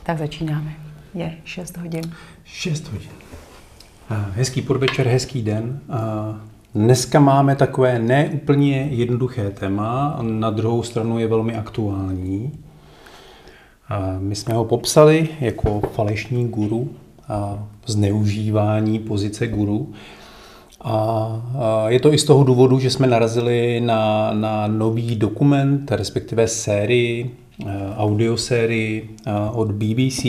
Tak začínáme. Je 6 hodin. 6 hodin. Hezký podvečer, hezký den. Dneska máme takové neúplně jednoduché téma, na druhou stranu je velmi aktuální. My jsme ho popsali jako falešný guru a zneužívání pozice guru. A je to i z toho důvodu, že jsme narazili na nový dokument, respektive sérii, audiosérii od BBC,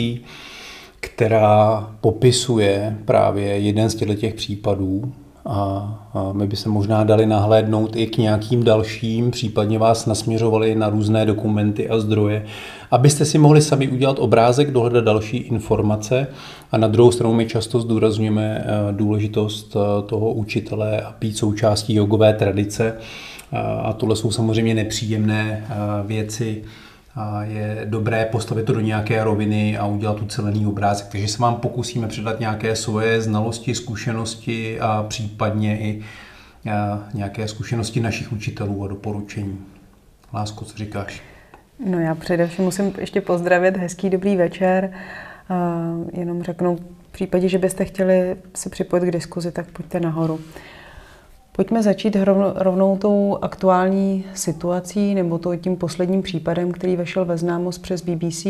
která popisuje právě jeden z těchto případů. A my bychom možná dali nahlédnout i k nějakým dalším, případně vás nasměřovali na různé dokumenty a zdroje, abyste si mohli sami udělat obrázek, dohledat další informace. A na druhou stranu my často zdůrazňujeme důležitost toho učitele a být součástí jogové tradice. A tohle jsou samozřejmě nepříjemné věci. A je dobré postavit to do nějaké roviny a udělat ucelený obrázek. Takže se vám pokusíme předat nějaké svoje znalosti, zkušenosti a případně i nějaké zkušenosti našich učitelů a doporučení. Lásko, co říkáš? No já především musím ještě pozdravit, hezký dobrý večer. Jenom řeknu, v případě, že byste chtěli se připojit k diskuzi, tak pojďte nahoru. Pojďme začít rovnou tou aktuální situací nebo tím posledním případem, který vešel ve známost přes BBC.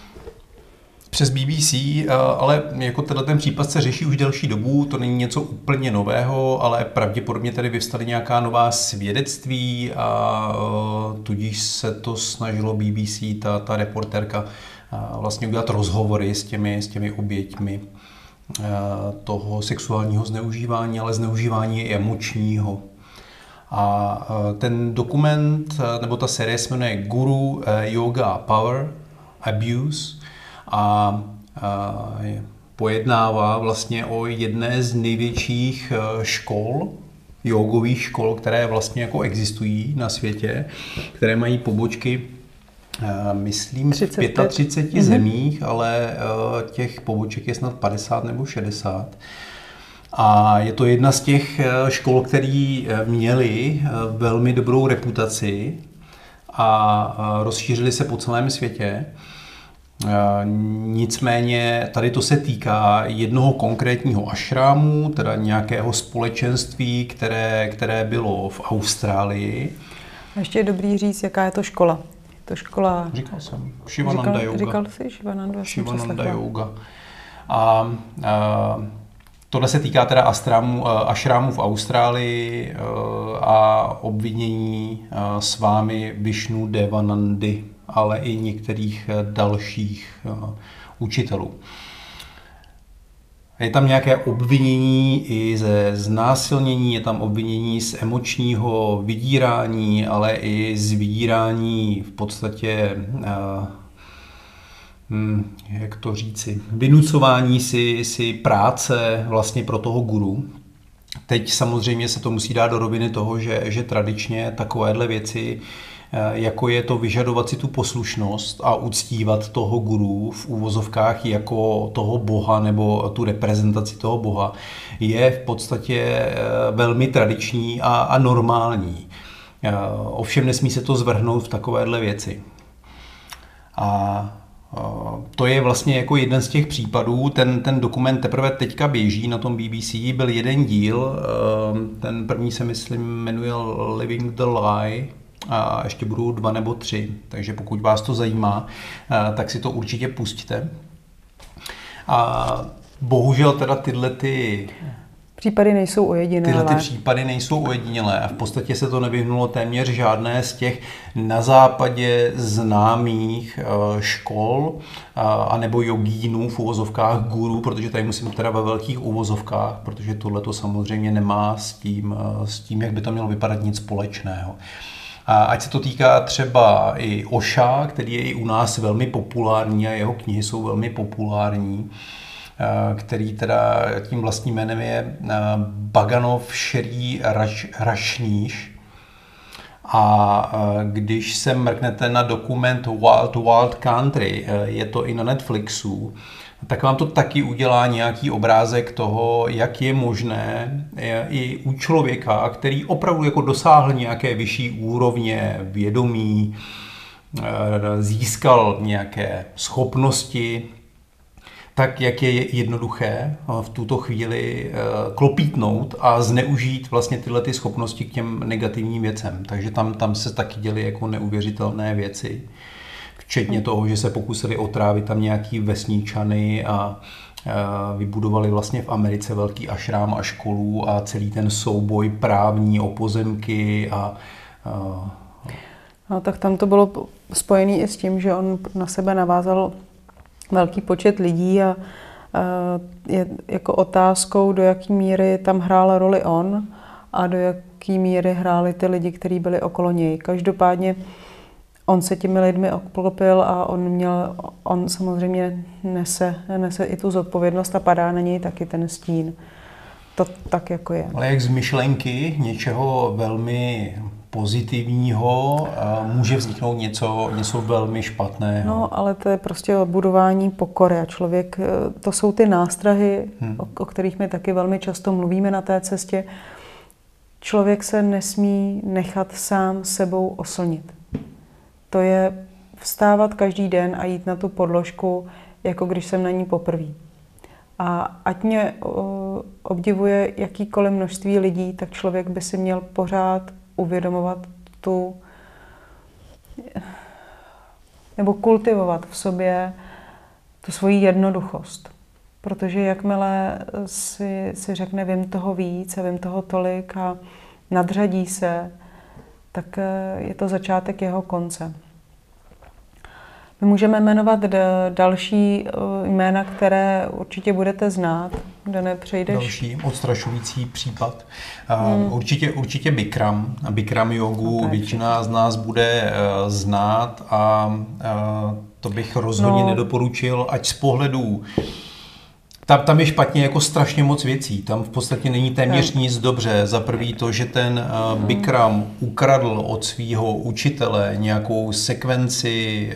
Přes BBC, ale jako ten případ se řeší už delší dobu, to není něco úplně nového, ale pravděpodobně tady vyvstaly nějaká nová svědectví a tudíž se to snažilo BBC, ta reportérka, vlastně udělat rozhovory s těmi oběťmi toho sexuálního zneužívání, ale zneužívání i emočního. A ten dokument, nebo ta série se jmenuje Guru Yoga Power Abuse a pojednává vlastně o jedné z největších škol, jogových škol, které vlastně jako existují na světě, které mají pobočky myslím v 35 zemích, ale těch poboček je snad 50 nebo 60. A je to jedna z těch škol, které měly velmi dobrou reputaci a rozšířily se po celém světě. Nicméně tady to se týká jednoho konkrétního ašrámu, teda nějakého společenství, které bylo v Austrálii. A ještě je dobrý říct, jaká je to škola. To škola... Říkal jsem. Shivananda Yoga. Říkal jsi Shivananda Yoga. A tohle se týká teda ašrámu v Austrálii a obvinění s vámi Vishnu Devanandy, ale i některých dalších učitelů. Je tam nějaké obvinění i ze znásilnění, je tam obvinění z emočního vydírání, ale i z vydírání v podstatě, jak to říci, vynucování si práce vlastně pro toho guru. Teď samozřejmě se to musí dát do roviny toho, že tradičně takovéhle věci, jako je to vyžadovat si tu poslušnost a uctívat toho guru v úvozovkách jako toho boha nebo tu reprezentaci toho boha, je v podstatě velmi tradiční a normální. Ovšem nesmí se to zvrhnout v takovéhle věci. A to je vlastně jako jeden z těch případů, ten dokument teprve teďka běží na tom BBC, byl jeden díl, ten první se myslím jmenuje Living the Lie, a ještě budou 2 nebo 3, takže pokud vás to zajímá, tak si to určitě pusťte. A bohužel teda tyhle případy nejsou ojedinělé. Tyhle případy nejsou ojedinělé a v podstatě se to nevyhnulo téměř žádné z těch na západě známých škol anebo jogínů v uvozovkách guru, protože tady musím teda ve velkých uvozovkách, protože tohle to samozřejmě nemá s tím, jak by to mělo vypadat, nic společného. Ať se to týká třeba i Osha, který je i u nás velmi populární a jeho knihy jsou velmi populární, který teda tím vlastním jménem je Bhaganov Shree Rajneesh. A když se mrknete na dokument Wild Country, je to i na Netflixu, tak vám to taky udělá nějaký obrázek toho, jak je možné i u člověka, který opravdu jako dosáhl nějaké vyšší úrovně vědomí, získal nějaké schopnosti, tak jak je jednoduché v tuto chvíli klopítnout a zneužít vlastně tyhle ty schopnosti k těm negativním věcem. Takže tam se taky děly jako neuvěřitelné věci. Včetně toho, že se pokusili otrávit tam nějaký vesničany a vybudovali vlastně v Americe velký ašrám a školu a celý ten souboj právní o pozemky No, tak tam to bylo spojené i s tím, že on na sebe navázal velký počet lidí a je jako otázkou, do jaké míry tam hrál roli on a do jaké míry hráli ty lidi, kteří byli okolo něj. Každopádně on se těmi lidmi obklopil a on samozřejmě nese i tu zodpovědnost a padá na něj taky ten stín. To tak jako je. Ale jak z myšlenky něčeho velmi pozitivního může vzniknout něco velmi špatného. No, ale to je prostě budování pokory a člověk, to jsou ty nástrahy, o kterých my taky velmi často mluvíme na té cestě. Člověk se nesmí nechat sám sebou oslnit. To je vstávat každý den a jít na tu podložku, jako když jsem na ní poprvé. A ať mě obdivuje jakýkoliv množství lidí, tak člověk by si měl pořád uvědomovat nebo kultivovat v sobě tu svoji jednoduchost. Protože jakmile si řekne, vím toho víc a vím toho tolik a nadřadí se, tak je to začátek jeho konce. My můžeme jmenovat další jména, které určitě budete znát, kde nepřejdeš. Další odstrašující případ. Určitě Bikram jogu většina z nás bude znát a to bych rozhodně nedoporučil, ať z pohledu tam je špatně jako strašně moc věcí. Tam v podstatě není téměř nic dobře. Za prvý to, že ten Bikram ukradl od svého učitele nějakou sekvenci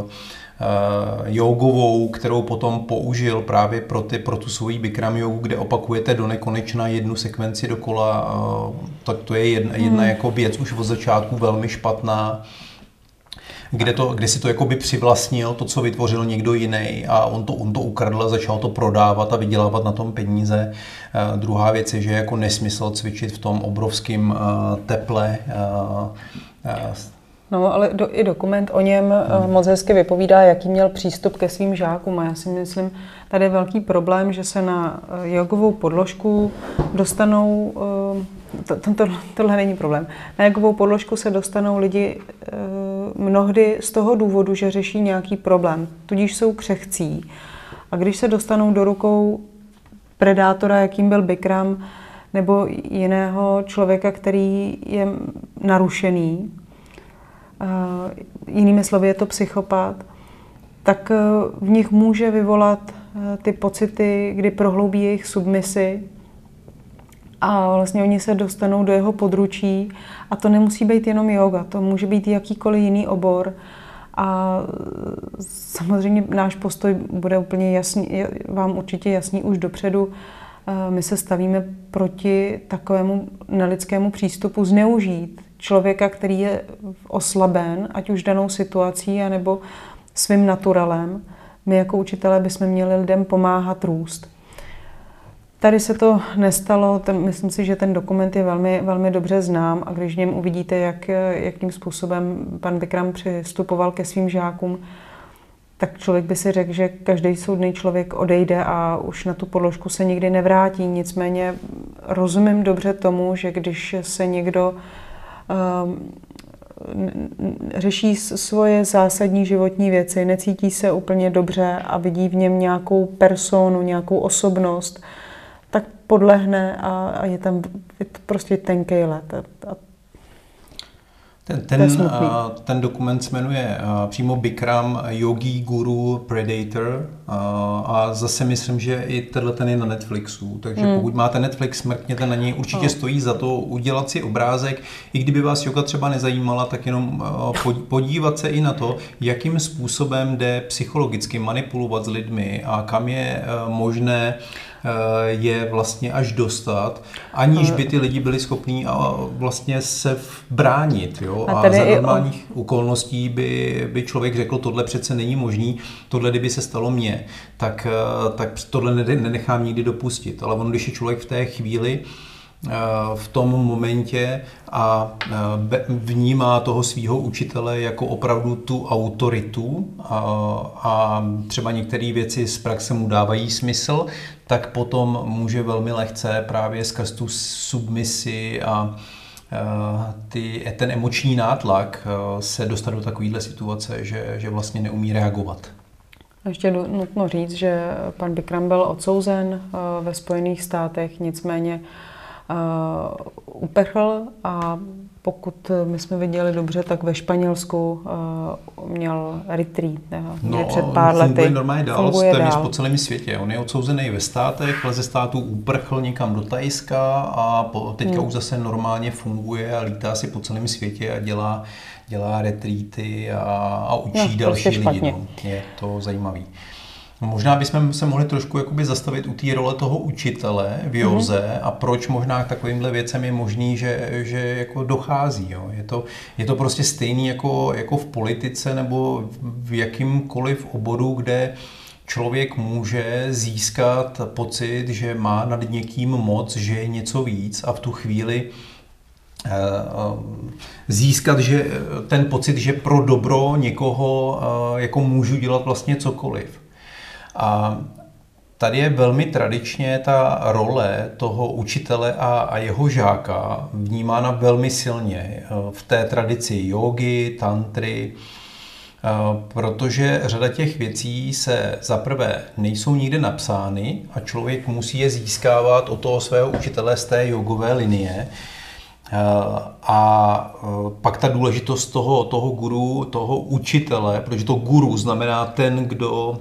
jogovou, kterou potom použil právě pro tu svoji Bikram jogu, kde opakujete do nekonečna jednu sekvenci dokola. Tak to je jedna jako věc už od začátku velmi špatná. Kde si to jakoby přivlastnil, to, co vytvořil někdo jiný a on to ukradl a začal to prodávat a vydělávat na tom peníze. Druhá věc je, že je jako nesmysl cvičit v tom obrovském teple. No, ale i dokument o něm moc hezky vypovídá, jaký měl přístup ke svým žákům. A já si myslím, tady je velký problém, že se na jogovou podložku dostanou, tohle není problém, na jogovou podložku se dostanou lidi mnohdy z toho důvodu, že řeší nějaký problém, tudíž jsou křehcí. A když se dostanou do rukou predátora, jakým byl Bikram, nebo jiného člověka, který je narušený, jinými slovy je to psychopat, tak v nich může vyvolat ty pocity, kdy prohloubí jejich submisi a vlastně oni se dostanou do jeho područí a to nemusí být jenom yoga, to může být jakýkoliv jiný obor a samozřejmě náš postoj bude úplně jasný, vám určitě jasný už dopředu. My se stavíme proti takovému nelidskému přístupu zneužít člověka, který je oslaben, ať už danou situací, anebo svým naturalem. My jako učitelé bychom měli lidem pomáhat růst. Tady se to nestalo, myslím si, že ten dokument je velmi, velmi dobře znám a když v něm uvidíte, jakým způsobem pan Bikram přistupoval ke svým žákům, tak člověk by si řekl, že každý soudný člověk odejde a už na tu podložku se nikdy nevrátí. Nicméně rozumím dobře tomu, že když se někdo řeší svoje zásadní životní věci, necítí se úplně dobře a vidí v něm nějakou personu, nějakou osobnost, tak podlehne a je tam prostě tenkej led. Ten dokument se jmenuje přímo Bikram Yogi Guru Predator a zase myslím, že i ten je na Netflixu, takže pokud máte Netflix, mrkněte na něj, určitě stojí za to udělat si obrázek, i kdyby vás yoga třeba nezajímala, tak jenom podívat se i na to, jakým způsobem jde psychologicky manipulovat s lidmi a kam je možné je vlastně až dostat, aniž by ty lidi byli schopní vlastně se bránit. Jo? A za normálních okolností by člověk řekl, tohle přece není možný, tohle kdyby se stalo mně, tak tohle nenechám nikdy dopustit. Ale on, když je člověk v té chvíli, v tom momentě a vnímá toho svého učitele jako opravdu tu autoritu a třeba některé věci z praxe mu dávají smysl, tak potom může velmi lehce právě skrz tu submisi a ten emoční nátlak se dostat do takovéhle situace, že vlastně neumí reagovat. Ještě nutno říct, že pan Bikram byl odsouzen ve Spojených státech, nicméně uprchl a pokud my jsme viděli dobře, tak ve Španělsku měl retreat před pár lety. Funguje normálně dál, téměř po celém světě. On je odsouzený ve státech, ale ze států uprchl někam do Thajska a teďka už zase normálně funguje a lítá si po celém světě a dělá retreaty a učí další lidi. No. Je to zajímavý. Možná bychom se mohli trošku jakoby zastavit u té role toho učitele v józe a proč možná k takovýmhle věcem je možný, že jako dochází. Jo. Je to prostě stejný jako v politice nebo v jakýmkoliv oboru, kde člověk může získat pocit, že má nad někým moc, že je něco víc a v tu chvíli získat že ten pocit, že pro dobro někoho jako můžu dělat vlastně cokoliv. A tady je velmi tradičně ta role toho učitele a jeho žáka vnímána velmi silně v té tradici jógy, tantry, protože řada těch věcí se zaprvé nejsou nikde napsány a člověk musí je získávat od toho svého učitele z té jogové linie. A pak ta důležitost toho guru, toho učitele, protože to guru znamená ten, kdo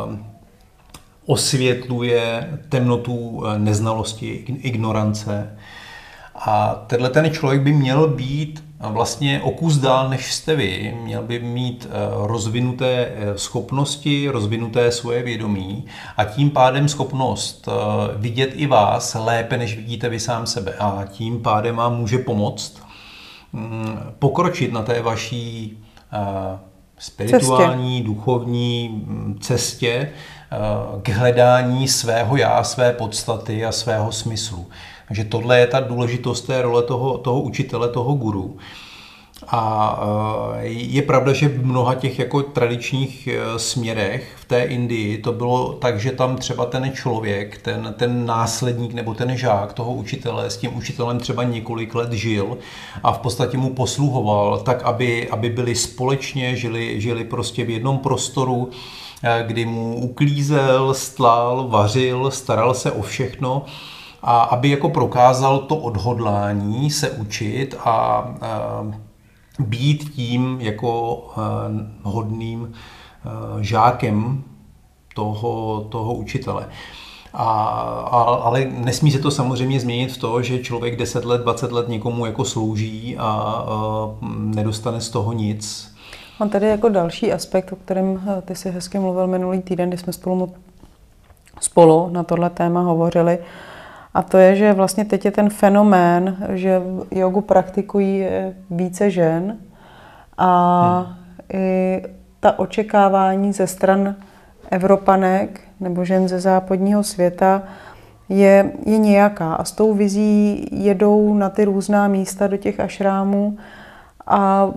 osvětluje temnotu neznalosti, ignorance. A ten člověk by měl být vlastně o kus dál, než jste vy. Měl by mít rozvinuté schopnosti, rozvinuté svoje vědomí a tím pádem schopnost vidět i vás lépe, než vidíte vy sám sebe. A tím pádem vám může pomoct pokročit na té vaší spirituální, duchovní cestě k hledání svého já, své podstaty a svého smyslu. Takže tohle je ta důležitost té role toho učitele, toho guru. A je pravda, že v mnoha těch jako tradičních směrech v té Indii to bylo tak, že tam třeba ten člověk, ten následník nebo ten žák toho učitele s tím učitelem třeba několik let žil a v podstatě mu posluhoval tak, aby byli společně, žili prostě v jednom prostoru, kdy mu uklízel, stlal, vařil, staral se o všechno a aby jako prokázal to odhodlání se učit a být tím jako hodným žákem toho učitele. Ale nesmí se to samozřejmě změnit v to, že člověk 10 let, 20 let někomu jako slouží a nedostane z toho nic. Mám tady jako další aspekt, o kterém ty si hezky mluvil minulý týden, kdy jsme spolu na tohle téma hovořili. A to je, že vlastně teď je ten fenomén, že jogu praktikují více žen a i ta očekávání ze stran Evropanek nebo žen ze západního světa je nějaká. A s tou vizí jedou na ty různá místa do těch ašrámů a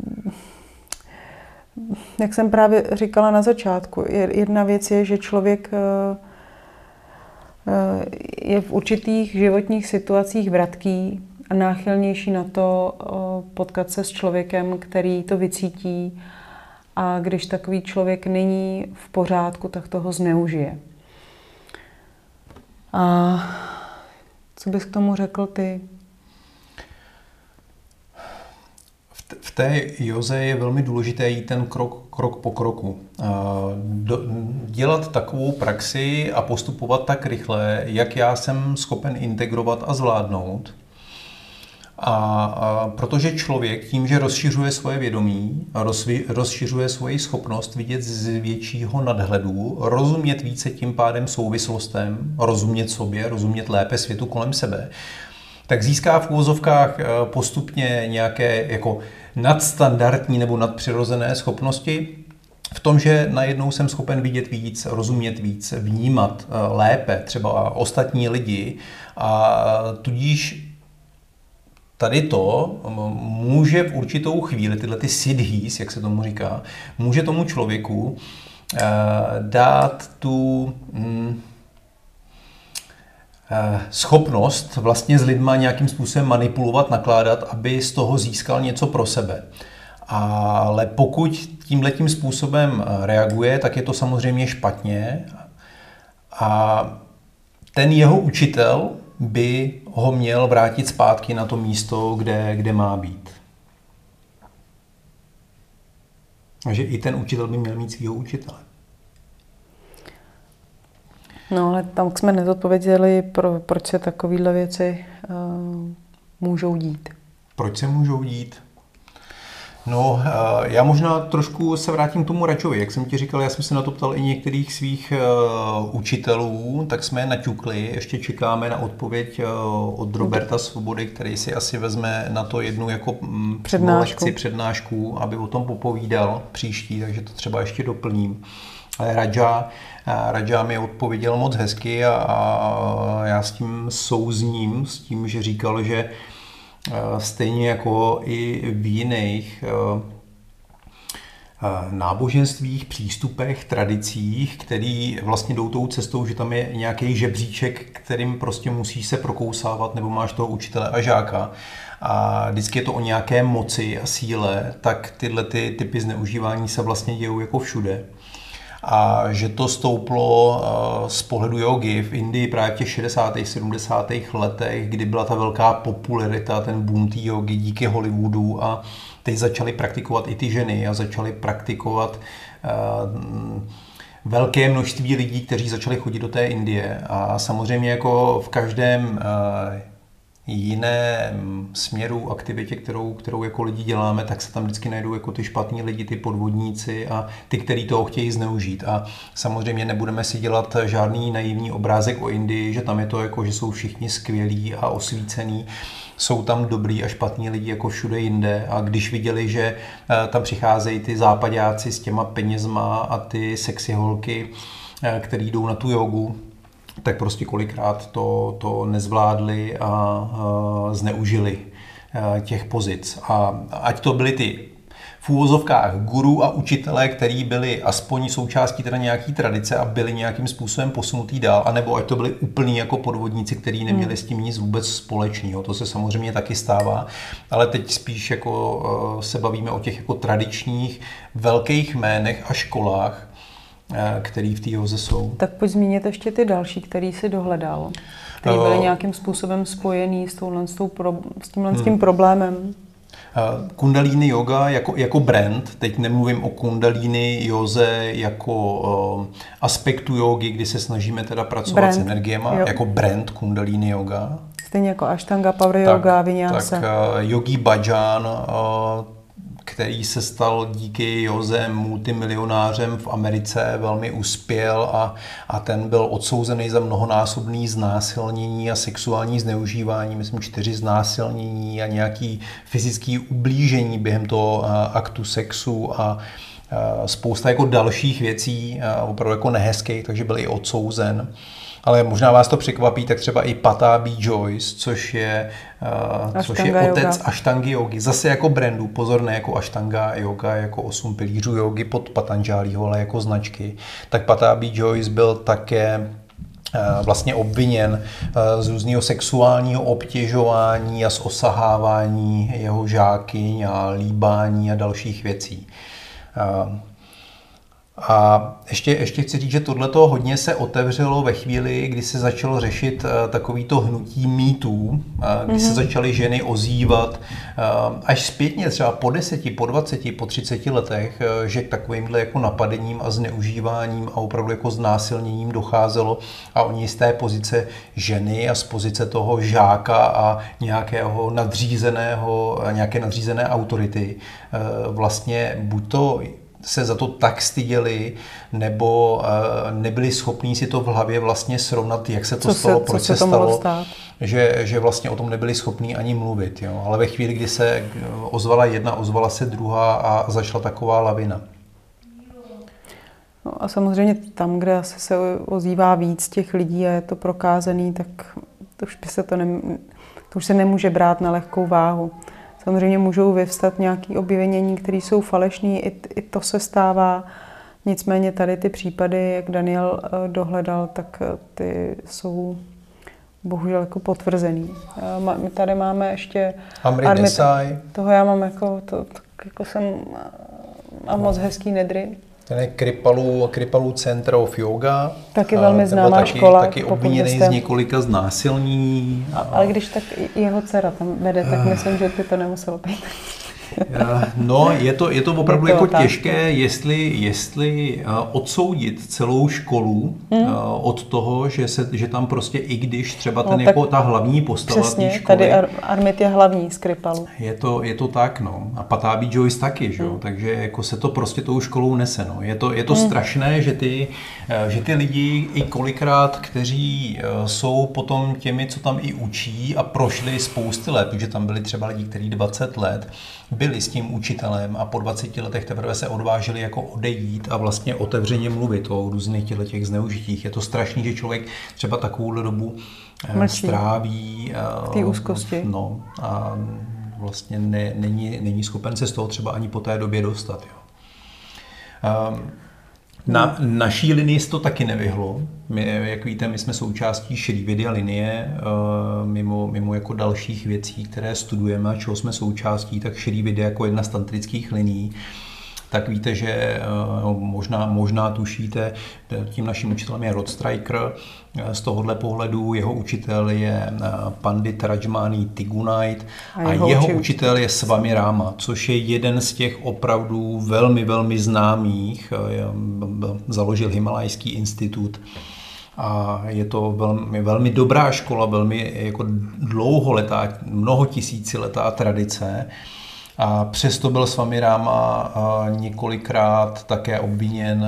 jak jsem právě říkala na začátku, jedna věc je, že člověk je v určitých životních situacích vratký a náchylnější na to potkat se s člověkem, který to vycítí a když takový člověk není v pořádku, tak toho zneužije. A co bys k tomu řekl ty? V té józe je velmi důležité jít ten krok po kroku. Dělat takovou praxi a postupovat tak rychle, jak já jsem schopen integrovat a zvládnout. A protože člověk tím, že rozšiřuje svoje vědomí, rozšiřuje svoji schopnost vidět z většího nadhledu, rozumět více tím pádem souvislostem, rozumět sobě, rozumět lépe světu kolem sebe, tak získá v uvozovkách postupně nějaké jako nadstandardní nebo nadpřirozené schopnosti v tom, že najednou jsem schopen vidět víc, rozumět víc, vnímat lépe třeba ostatní lidi a tudíž tady to může v určitou chvíli, tyhle ty siddhis, jak se tomu říká, může tomu člověku dát tu schopnost vlastně s lidma nějakým způsobem manipulovat, nakládat, aby z toho získal něco pro sebe. Ale pokud tímhletím způsobem reaguje, tak je to samozřejmě špatně a ten jeho učitel by ho měl vrátit zpátky na to místo, kde má být. Takže i ten učitel by měl mít svýho učitele. No, ale tam jsme nezodpověděli, proč se takovéhle věci můžou dít. Proč se můžou dít? No, já možná trošku se vrátím k tomu Radžovi. Jak jsem ti říkal, já jsem se na to ptal i některých svých učitelů, tak jsme je naťukli. Ještě čekáme na odpověď od Roberta Svobody, který si asi vezme na to jednu jako přednášku, aby o tom popovídal příští, takže to třeba ještě doplním. Ale Radža mi odpověděl moc hezky a já s tím souzním, s tím, že říkal, že stejně jako i v jiných náboženstvích, přístupech, tradicích, který vlastně jdou tou cestou, že tam je nějaký žebříček, kterým prostě musíš se prokousávat, nebo máš toho učitele a žáka. A vždycky je to o nějaké moci a síle, tak tyhle ty typy zneužívání se vlastně dějou jako všude. A že to stouplo z pohledu jógy v Indii právě v těch 60. 70. letech, kdy byla ta velká popularita, ten boom té jógy díky Hollywoodu a teď začaly praktikovat i ty ženy a začaly praktikovat velké množství lidí, kteří začali chodit do té Indie. A samozřejmě jako v každém jiném směru, aktivitě, kterou jako lidi děláme, tak se tam vždycky najdou jako ty špatní lidi, ty podvodníci a ty, kteří toho chtějí zneužít. A samozřejmě nebudeme si dělat žádný naivní obrázek o Indii, že tam je to jako, že jsou všichni skvělí a osvícení. Jsou tam dobrý a špatní lidi jako všude jinde a když viděli, že tam přicházejí ty západáci s těma penězma a ty sexy holky, který jdou na tu jogu, tak prostě kolikrát to nezvládli a zneužili těch pozic. A ať to byly ty v úvozovkách guru a učitelé, který byli aspoň součástí teda nějaký tradice a byli nějakým způsobem posunutý dál, anebo ať to byli úplní jako podvodníci, kteří neměli s tím nic vůbec společného. To se samozřejmě taky stává, ale teď spíš jako se bavíme o těch jako tradičních velkých jménech a školách, který v té józe jsou. Tak pojď zmínit ještě ty další, který si dohledal, který byly nějakým způsobem spojený s tím problémem. Kundalini yoga jako brand, teď nemluvím o kundalini józe jako aspektu jógy, kdy se snažíme teda pracovat s energiema, jako brand kundalini yoga. Stejně jako Ashtanga, Power Yoga, Vinyasa. Tak Yogi Bhajan, který se stal díky józe multimilionářem v Americe, velmi uspěl a ten byl odsouzený za mnohonásobný znásilnění a sexuální zneužívání, myslím 4 znásilnění a nějaký fyzický ublížení během toho aktu sexu a spousta jako dalších věcí, opravdu jako nehezkých, takže byl i odsouzen. Ale možná vás to překvapí, tak třeba i Patabi Joyce, což je otec Ashtangy jogy. Zase jako brandu, pozor, ne jako Ashtanga yoga, jako 8 pilířů jogy pod Patanjaliho, ale jako značky. Tak Patabi Joyce byl také vlastně obviněn z různého sexuálního obtěžování a z osahávání jeho žákyň a líbání a dalších věcí. A ještě chci říct, že tohleto hodně se otevřelo ve chvíli, kdy se začalo řešit takovýto hnutí mýtů, kdy se začaly ženy ozývat až zpětně, třeba po 10, po 20, po 30 letech, že k takovýmhle jako napadením a zneužíváním a opravdu jako znásilněním docházelo a oni z té pozice ženy a z pozice toho žáka a nějaké nadřízené autority vlastně buď to se za to tak styděli, nebo nebyli schopní si to v hlavě vlastně srovnat, jak se to stalo, proč se stalo, že vlastně o tom nebyli schopní ani mluvit. Jo. Ale ve chvíli, kdy se ozvala jedna, ozvala se druhá a začala taková lavina. No a samozřejmě tam, kde se ozývá víc těch lidí a je to prokázaný, tak to už se nemůže brát na lehkou váhu. Samozřejmě můžou vyvstat nějaké obvinění, které jsou falešné, i to se stává. Nicméně tady ty případy, jak Daniel dohledal, tak ty jsou bohužel jako potvrzený. My tady máme ještě Amrit Desai. Toho já mám jako jsem a moc hezký nedry. Ten je Kripalu Center of Yoga. Taky velmi známá škola. Taky obviněný z několika znásilní. Ale když tak jeho dcera tam vede, tak myslím, že ty to nemuselo být. No, je to opravdu jako těžké, jestli odsoudit celou školu od toho, že tam prostě, i když třeba ta hlavní postava té školy. Tady Armit je hlavní z Kripalu. Je to tak, no. A Pattabhi Jois taky, že jo. Takže jako se to prostě tou školou nese, no. Je to strašné, že ty lidi i kolikrát, kteří jsou potom těmi, co tam i učí a prošli spousty let, protože tam byli třeba lidi, kteří 20 let byli s tím učitelem a po 20 letech teprve se odvážili jako odejít a vlastně otevřeně mluvit o různých těch zneužitích. Je to strašný, že člověk třeba takovou dobu stráví v té úzkosti. No, a vlastně není schopen se z toho třeba ani po té době dostat. Jo. Na naší linii se to taky nevyhlo. Jak víte, my jsme součástí Šrividya linie, mimo jako dalších věcí, které studujeme a čeho jsme součástí, tak Šrividya jako jedna z tantrických linií. Tak víte, že možná tušíte, tím naším učitelem je Rod Stryker. Z tohohle pohledu jeho učitel je Pandit Rajmani Tigunait a jeho učitel je Swami Rama, což je jeden z těch opravdu velmi, velmi známých. Založil Himalajský institut. A je to velmi, velmi dobrá škola, velmi jako dlouholetá, mnohotisíciletá tradice. A přesto byl Swami Rama několikrát také obviněn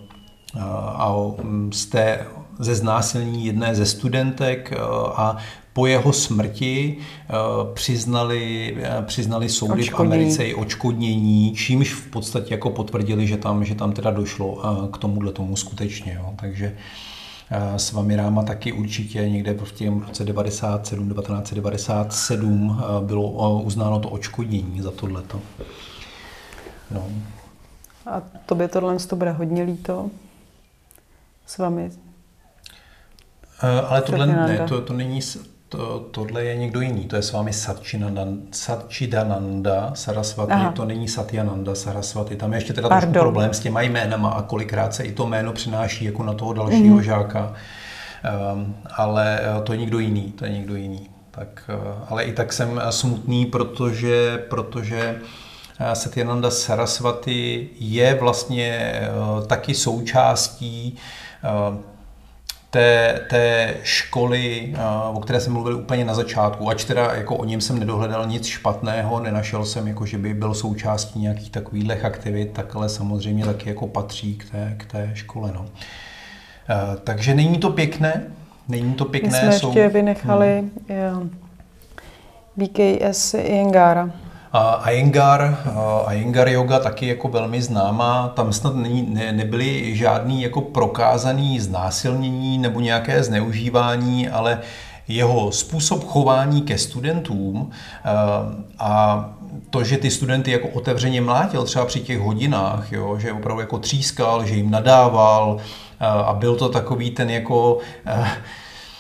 ze znásilnění jedné ze studentek a po jeho smrti přiznali soudy v Americe i odškodnění, čímž v podstatě jako potvrdili, že tam teda došlo k tomu skutečně. Jo. Takže Swami Rama taky určitě někde v těm roce 1997 bylo uznáno to odškodnění za tohleto. No. A tobě tohle bude hodně líto s vámi? Ale tohle ne, to není, tohle je někdo jiný, to je s vámi Satchidananda Saraswati, to není Satyananda Saraswati, tam je ještě teda trošku problém s těma jménama a kolikrát se i to jméno přináší jako na toho dalšího žáka, ale to je někdo jiný, Tak, ale i tak jsem smutný, protože Satyananda Saraswati je vlastně taky součástí té školy, o které jsem mluvil úplně na začátku, ač teda jako o něm jsem nedohledal nic špatného, nenašel jsem, jako, že by byl součástí nějakých takových aktivit, tak ale samozřejmě taky jako patří k té škole. No. Takže není to pěkné. My jsme ještě vynechali VKS Iyengara. Iyengar yoga taky jako velmi známá, tam snad nebyly žádný jako prokázaný znásilnění nebo nějaké zneužívání, ale jeho způsob chování ke studentům a to, že ty studenty jako otevřeně mlátil třeba při těch hodinách, jo, že opravdu jako třískal, že jim nadával a byl to takový ten jako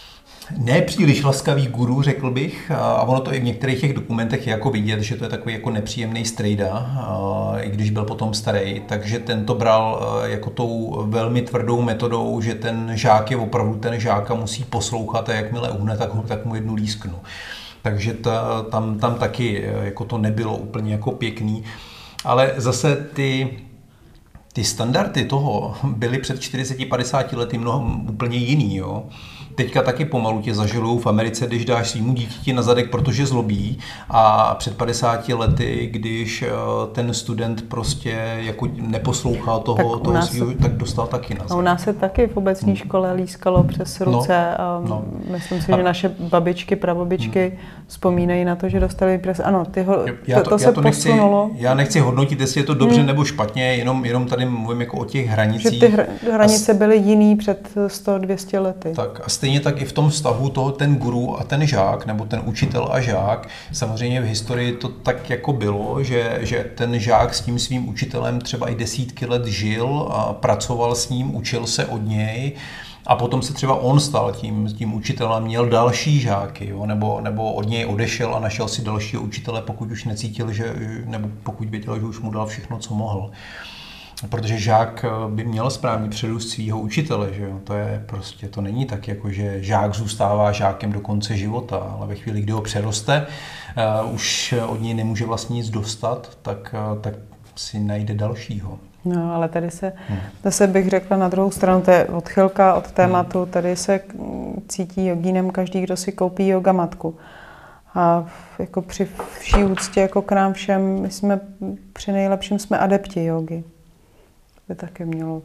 Ne příliš laskavý guru, řekl bych, a ono to i v některých těch dokumentech je jako vidět, že to je takový jako nepříjemný strejda, i když byl potom starý, takže ten to bral jako tou velmi tvrdou metodou, že ten žák je opravdu ten žák a musí poslouchat a jakmile uhne, tak mu jednu lísknu. Takže tam taky jako to nebylo úplně jako pěkný, ale zase ty standardy toho byly před 40-50 lety úplně jiný, jo. Teďka taky pomalu tě zažilujou v Americe, když dáš svýmu dítěti na zadek, protože zlobí, a před 50 lety, když ten student prostě jako neposlouchal toho svýho, tak dostal taky na zadek. A u nás se taky v obecní škole lískalo přes ruce a myslím si, že naše babičky, prababičky vzpomínají na to, že dostali ano, to se posunulo. Já nechci hodnotit, jestli je to dobře nebo špatně, jenom tady mluvím jako o těch hranicích. Že ty hranice byly jiný před 100-200 lety. Tak a stejně tak i v tom vztahu ten guru a ten žák, nebo ten učitel a žák, samozřejmě v historii to tak jako bylo, že ten žák s tím svým učitelem třeba i desítky let žil a pracoval s ním, učil se od něj a potom se třeba on stal tím učitelem, měl další žáky, jo, nebo od něj odešel a našel si dalšího učitele, pokud už necítil, nebo pokud věděl, že už mu dal všechno, co mohl. Protože žák by měl správně předůst svého učitele, že jo? To je prostě, to není tak, jako že žák zůstává žákem do konce života, ale ve chvíli, kdy ho přeroste, už od něj nemůže vlastně nic dostat, tak si najde dalšího. No, ale tady zase bych řekla na druhou stranu, to je odchylka od tématu, tady se cítí jogínem každý, kdo si koupí yoga matku. A jako při vší úctě jako k nám všem, my jsme při nejlepším jsme adepti jogy. By taky mělo.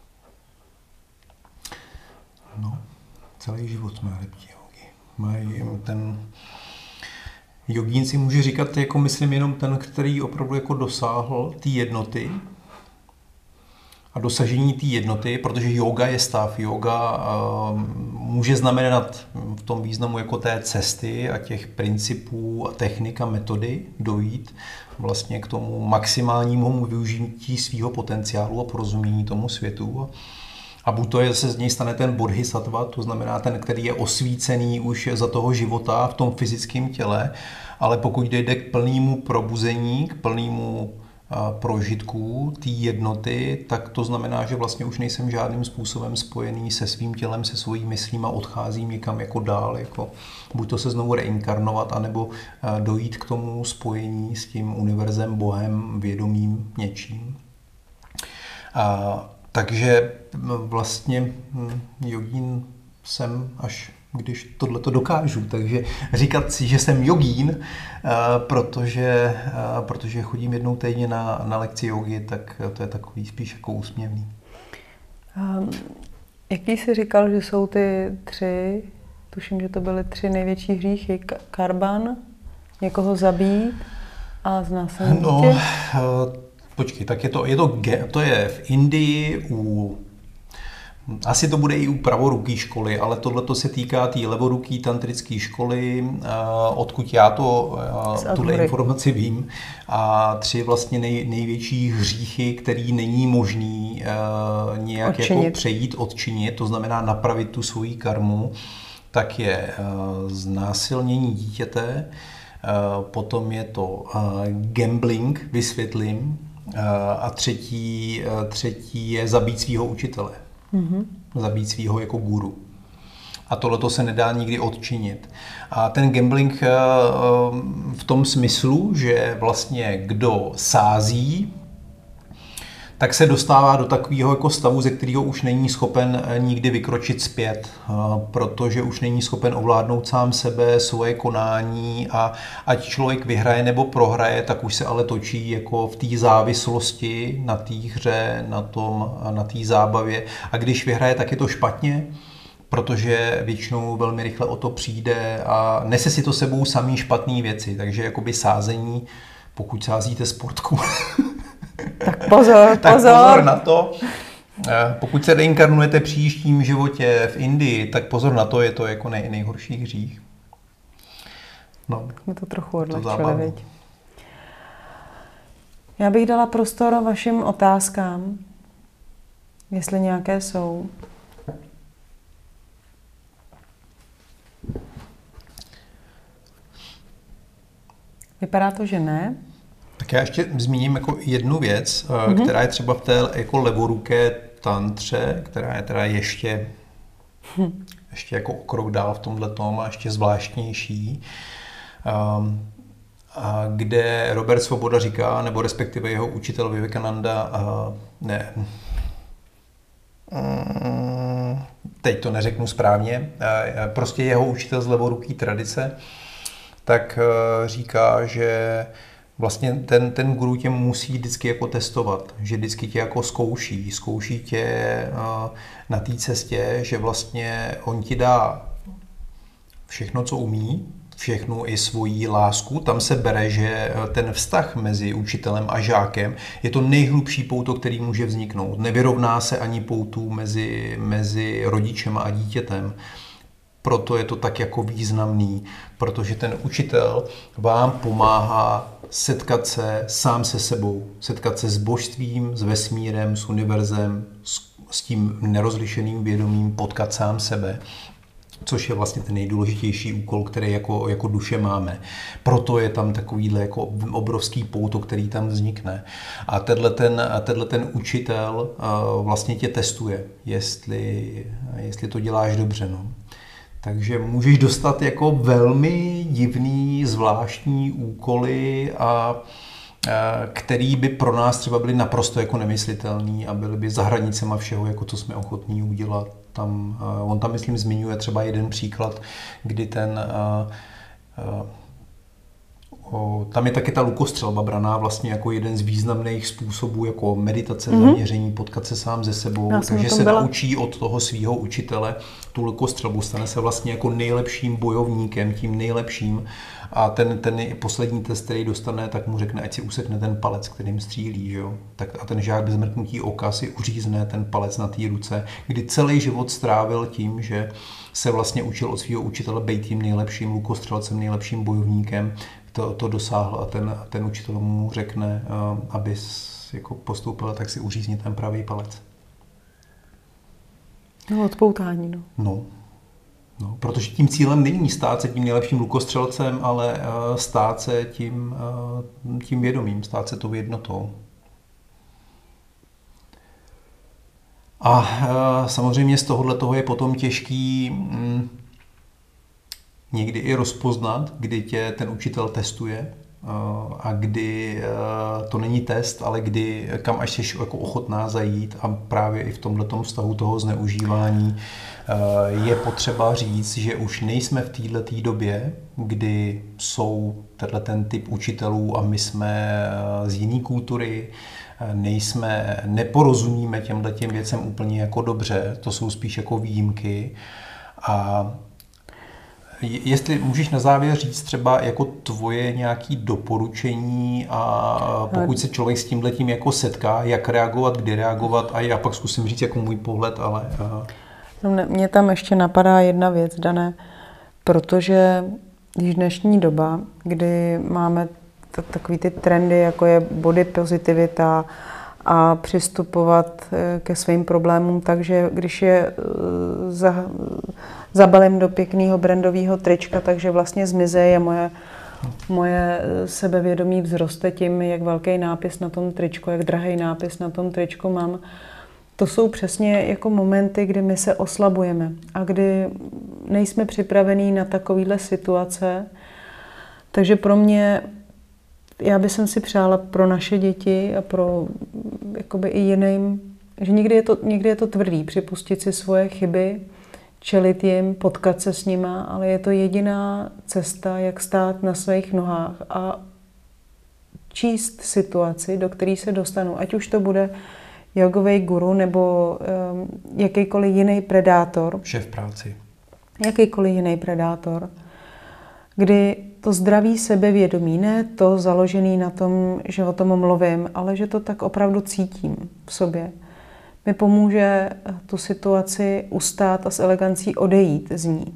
No, celý život jsme adepti jogy. Mají ten jogín si může říkat, jako myslím, jenom ten, který opravdu jako dosáhl té jednoty a dosažení té jednoty, protože yoga je stav. Yoga může znamenat v tom významu jako té cesty a těch principů a technik a metody dojít vlastně k tomu maximálnímu využití svého potenciálu a porozumění tomu světu. A buď to je, se z něj stane ten bodhisattva, to znamená ten, který je osvícený už za toho života v tom fyzickém těle, ale pokud jde k plnému probuzení, k plnému prožitků té jednoty, tak to znamená, že vlastně už nejsem žádným způsobem spojený se svým tělem, se svojí myslím a odcházím někam jako dál, jako buď to se znovu reinkarnovat, anebo dojít k tomu spojení s tím univerzem, Bohem, vědomím, něčím. Takže vlastně jogín jsem až když tohleto dokážu, takže říkat si, že jsem jogín, protože chodím jednou týdně na lekci jogy, tak to je takový spíš jako úsměvný. Jaký jsi říkal, že jsou ty tři, tuším, že to byly 3 největší hříchy, karban, někoho zabít a znásilnit? No, počkej, tak to je v Indii asi to bude i u pravoruký školy, ale tohle se týká té levoruký tantrické školy, odkud já tuhle informaci vím. A 3 vlastně největší hříchy, který není možný nějak jako přejít, odčinit, to znamená napravit tu svoji karmu, tak je znásilnění dítěte, potom je to gambling, vysvětlím, a třetí je zabít svého učitele. Zabít svýho jako guru. A tohleto se nedá nikdy odčinit. A ten gambling v tom smyslu, že vlastně kdo sází, tak se dostává do takového jako stavu, ze kterého už není schopen nikdy vykročit zpět, protože už není schopen ovládnout sám sebe, svoje konání a ať člověk vyhraje nebo prohraje, tak už se ale točí jako v té závislosti na té hře, na té zábavě. A když vyhraje, tak je to špatně, protože většinou velmi rychle o to přijde a nese si to sebou samý špatné věci. Takže jakoby sázení, pokud sázíte sportku, tak pozor na to. Pokud se reinkarnujete v příštím životě v Indii, tak pozor na to, je to jako nejhorší hřích. No, jsme to trochu odlehčili, viď? Já bych dala prostor vašim otázkám, jestli nějaké jsou. Vypadá to, že ne. Tak já ještě zmíním jako jednu věc, která je třeba v té jako levoruké tantře, která je teda ještě jako o krok dál v tomhletom a ještě zvláštnější, a kde Robert Svoboda říká, nebo respektive jeho učitel Vivekananda, teď to neřeknu správně, prostě jeho učitel z levoruké tradice, tak říká, že vlastně ten guru tě musí vždycky jako testovat, že vždycky tě jako zkouší tě na té cestě, že vlastně on ti dá všechno, co umí, všechnu i svoji lásku. Tam se bere, že ten vztah mezi učitelem a žákem je to nejhlubší pouto, který může vzniknout. Nevyrovná se ani poutů mezi rodičem a dítětem. Proto je to tak jako významný, protože ten učitel vám pomáhá setkat se sám se sebou, setkat se s božstvím, s vesmírem, s univerzem, s tím nerozlišeným vědomím, potkat sám sebe, což je vlastně ten nejdůležitější úkol, který jako duše máme. Proto je tam takovýhle jako obrovský pouto, který tam vznikne. A tenhle ten učitel vlastně tě testuje, jestli to děláš dobře. No. Takže můžeš dostat jako velmi divný, zvláštní úkoly, který by pro nás třeba byly naprosto jako nemyslitelný a byly by za hranicema všeho, jako co jsme ochotní udělat. On tam, myslím, zmiňuje třeba jeden příklad, kdy tam je taky ta lukostřelba braná vlastně jako jeden z významných způsobů jako meditace, zaměření, potkat se sám ze sebou, takže se naučí od toho svého učitele tu lukostřelbu, stane se vlastně jako nejlepším bojovníkem, tím nejlepším a ten poslední test, který dostane, tak mu řekne, ať si usekne ten palec, kterým střílí, že jo? A ten žák bez mrknutí oka si uřízne ten palec na té ruce, kdy celý život strávil tím, že se vlastně učil od svého učitele být tím nejlepším lukostřelcem, nejlepším bojovníkem, to dosáhl a ten učitel mu řekne, aby jako postoupil, tak si uřízni ten pravý palec. No, odpoutání, no. No, protože tím cílem není stát se tím nejlepším lukostřelcem, ale stát se tím vědomím, stát se tou jednotou. A samozřejmě z tohohle je potom těžký někdy i rozpoznat, kdy tě ten učitel testuje a kdy to není test, ale kdy kam až jsi jako ochotná zajít a právě i v tomhletom vztahu toho zneužívání je potřeba říct, že už nejsme v této době, kdy jsou ten typ učitelů a my jsme z jiné kultury, neporozumíme těmhletěm věcem úplně jako dobře, to jsou spíš jako výjimky. A jestli můžeš na závěr říct třeba jako tvoje nějaké doporučení a pokud se člověk s tímhletím jako setká, jak reagovat, kdy reagovat a já pak zkusím říct jako můj pohled, ale... Mně tam ještě napadá jedna věc, Dané, protože když dnešní doba, kdy máme takový ty trendy, jako je body pozitivita a přistupovat ke svým problémům, takže když je zabalím do pěkného brandového trička, takže vlastně zmizeje moje sebevědomí vzroste tím, jak velký nápis na tom tričku, jak drahý nápis na tom tričku mám. To jsou přesně jako momenty, kdy my se oslabujeme a kdy nejsme připravení na takovéhle situace. Takže pro mě, já bych si přála pro naše děti a pro jakoby i jiným, že někdy je to tvrdý, připustit si svoje chyby, čelit jim, potkat se s nima, ale je to jediná cesta, jak stát na svých nohách a číst situaci, do které se dostanu. Ať už to bude jogový guru nebo jakýkoliv jiný predátor. Šéf práci. Jakýkoliv jiný predátor, kdy to zdraví sebevědomí, ne to založený na tom, že o tom mluvím, ale že to tak opravdu cítím v sobě, mi pomůže tu situaci ustát a s elegancí odejít z ní.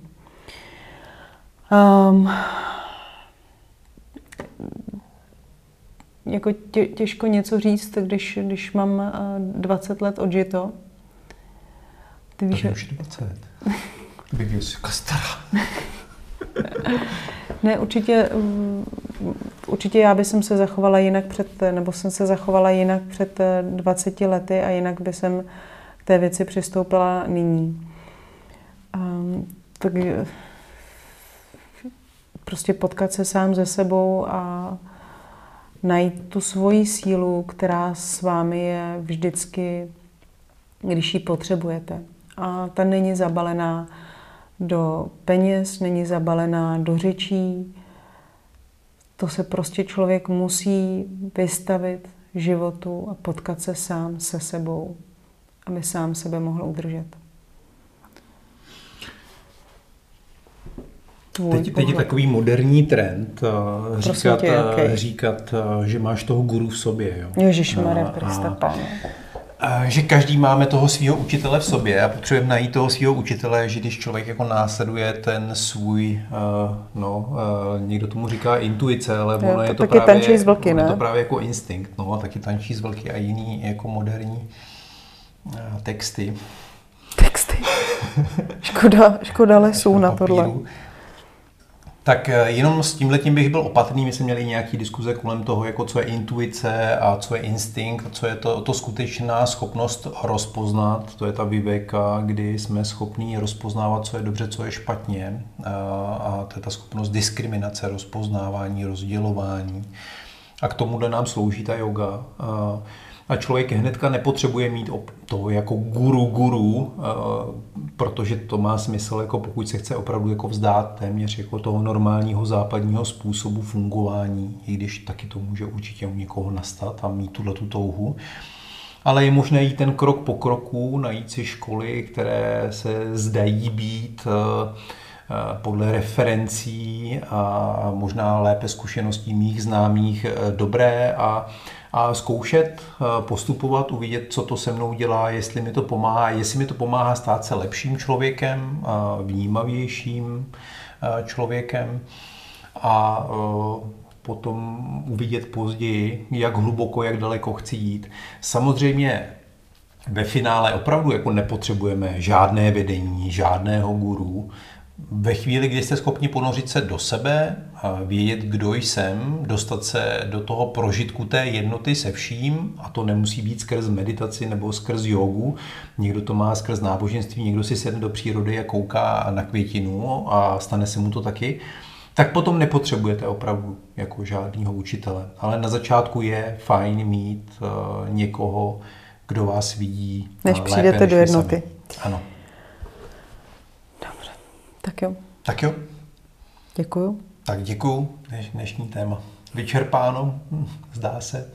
Jako těžko něco říct, když mám 20 let odžito. Ty víš, že... už 20. Bych byl stará. Ne, určitě určitě já bych se zachovala jinak jsem se zachovala jinak před 20 lety a jinak by jsem k té věci přistoupila nyní. Tak prostě potkat se sám se sebou a najít tu svoji sílu, která s vámi je vždycky, když ji potřebujete. A ta není zabalená do peněz, není zabalená do řečí. To se prostě člověk musí vystavit životu a potkat se sám se sebou, aby sám sebe mohl udržet. Teď je takový moderní trend říkat, že máš toho guru v sobě. Jo? Ježišmarja, Krista Páne. Že každý máme toho svého učitele v sobě a potřebujeme najít toho svého učitele, že když člověk jako následuje ten svůj, někdo tomu říká intuice, ale ono je to právě, tančí z vlky, ne? Je to právě jako instinkt, no, a taky tančí z vlky a jiný jako moderní texty. Škoda lesů na tohle. Tak jenom s tímhletím bych byl opatrný. My jsme měli nějaký diskuze kolem toho, jako co je intuice a co je instinkt, a co je to skutečná schopnost rozpoznat. To je ta viveka, kdy jsme schopní rozpoznávat, co je dobře, co je špatně. A to je ta schopnost diskriminace, rozpoznávání, rozdělování. A k tomuhle nám slouží ta yoga. A člověk hnedka nepotřebuje mít toho jako guru, protože to má smysl, jako pokud se chce opravdu jako vzdát téměř jako toho normálního západního způsobu fungování, i když taky to může určitě u někoho nastat a mít tuhletu touhu. Ale je možné jít ten krok po kroku, najít si školy, které se zdají být podle referencí a možná lépe zkušeností mých známých dobré a zkoušet, postupovat, uvidět, co to se mnou dělá, jestli mi to pomáhá stát se lepším člověkem, vnímavějším člověkem a potom uvidět později, jak hluboko, jak daleko chci jít. Samozřejmě ve finále opravdu jako nepotřebujeme žádné vedení, žádného guru. Ve chvíli, kdy jste schopni ponořit se do sebe, vědět, kdo jsem, dostat se do toho prožitku té jednoty se vším, a to nemusí být skrz meditaci nebo skrz jogu, někdo to má skrz náboženství, někdo si sedne do přírody a kouká na květinu a stane se mu to taky, tak potom nepotřebujete opravdu jako žádného učitele. Ale na začátku je fajn mít někoho, kdo vás vidí než lépe, přijdete než do jednoty. Sami. Ano. Dobře, tak jo. Tak jo. Děkuju. Tak děkuju, dnešní téma. Vyčerpáno, zdá se.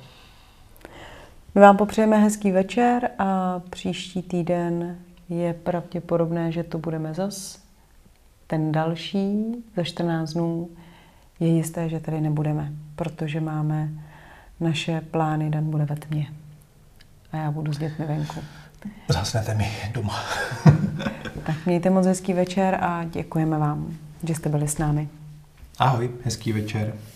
My vám popřejeme hezký večer a příští týden je pravděpodobné, že to budeme zas. Ten další, za 14 dnů, je jisté, že tady nebudeme, protože máme naše plány, Dan bude ve tmě. A já budu s dětmi venku. Zasnete mi doma. Tak mějte moc hezký večer a děkujeme vám, že jste byli s námi. Ahoj, hezký večer.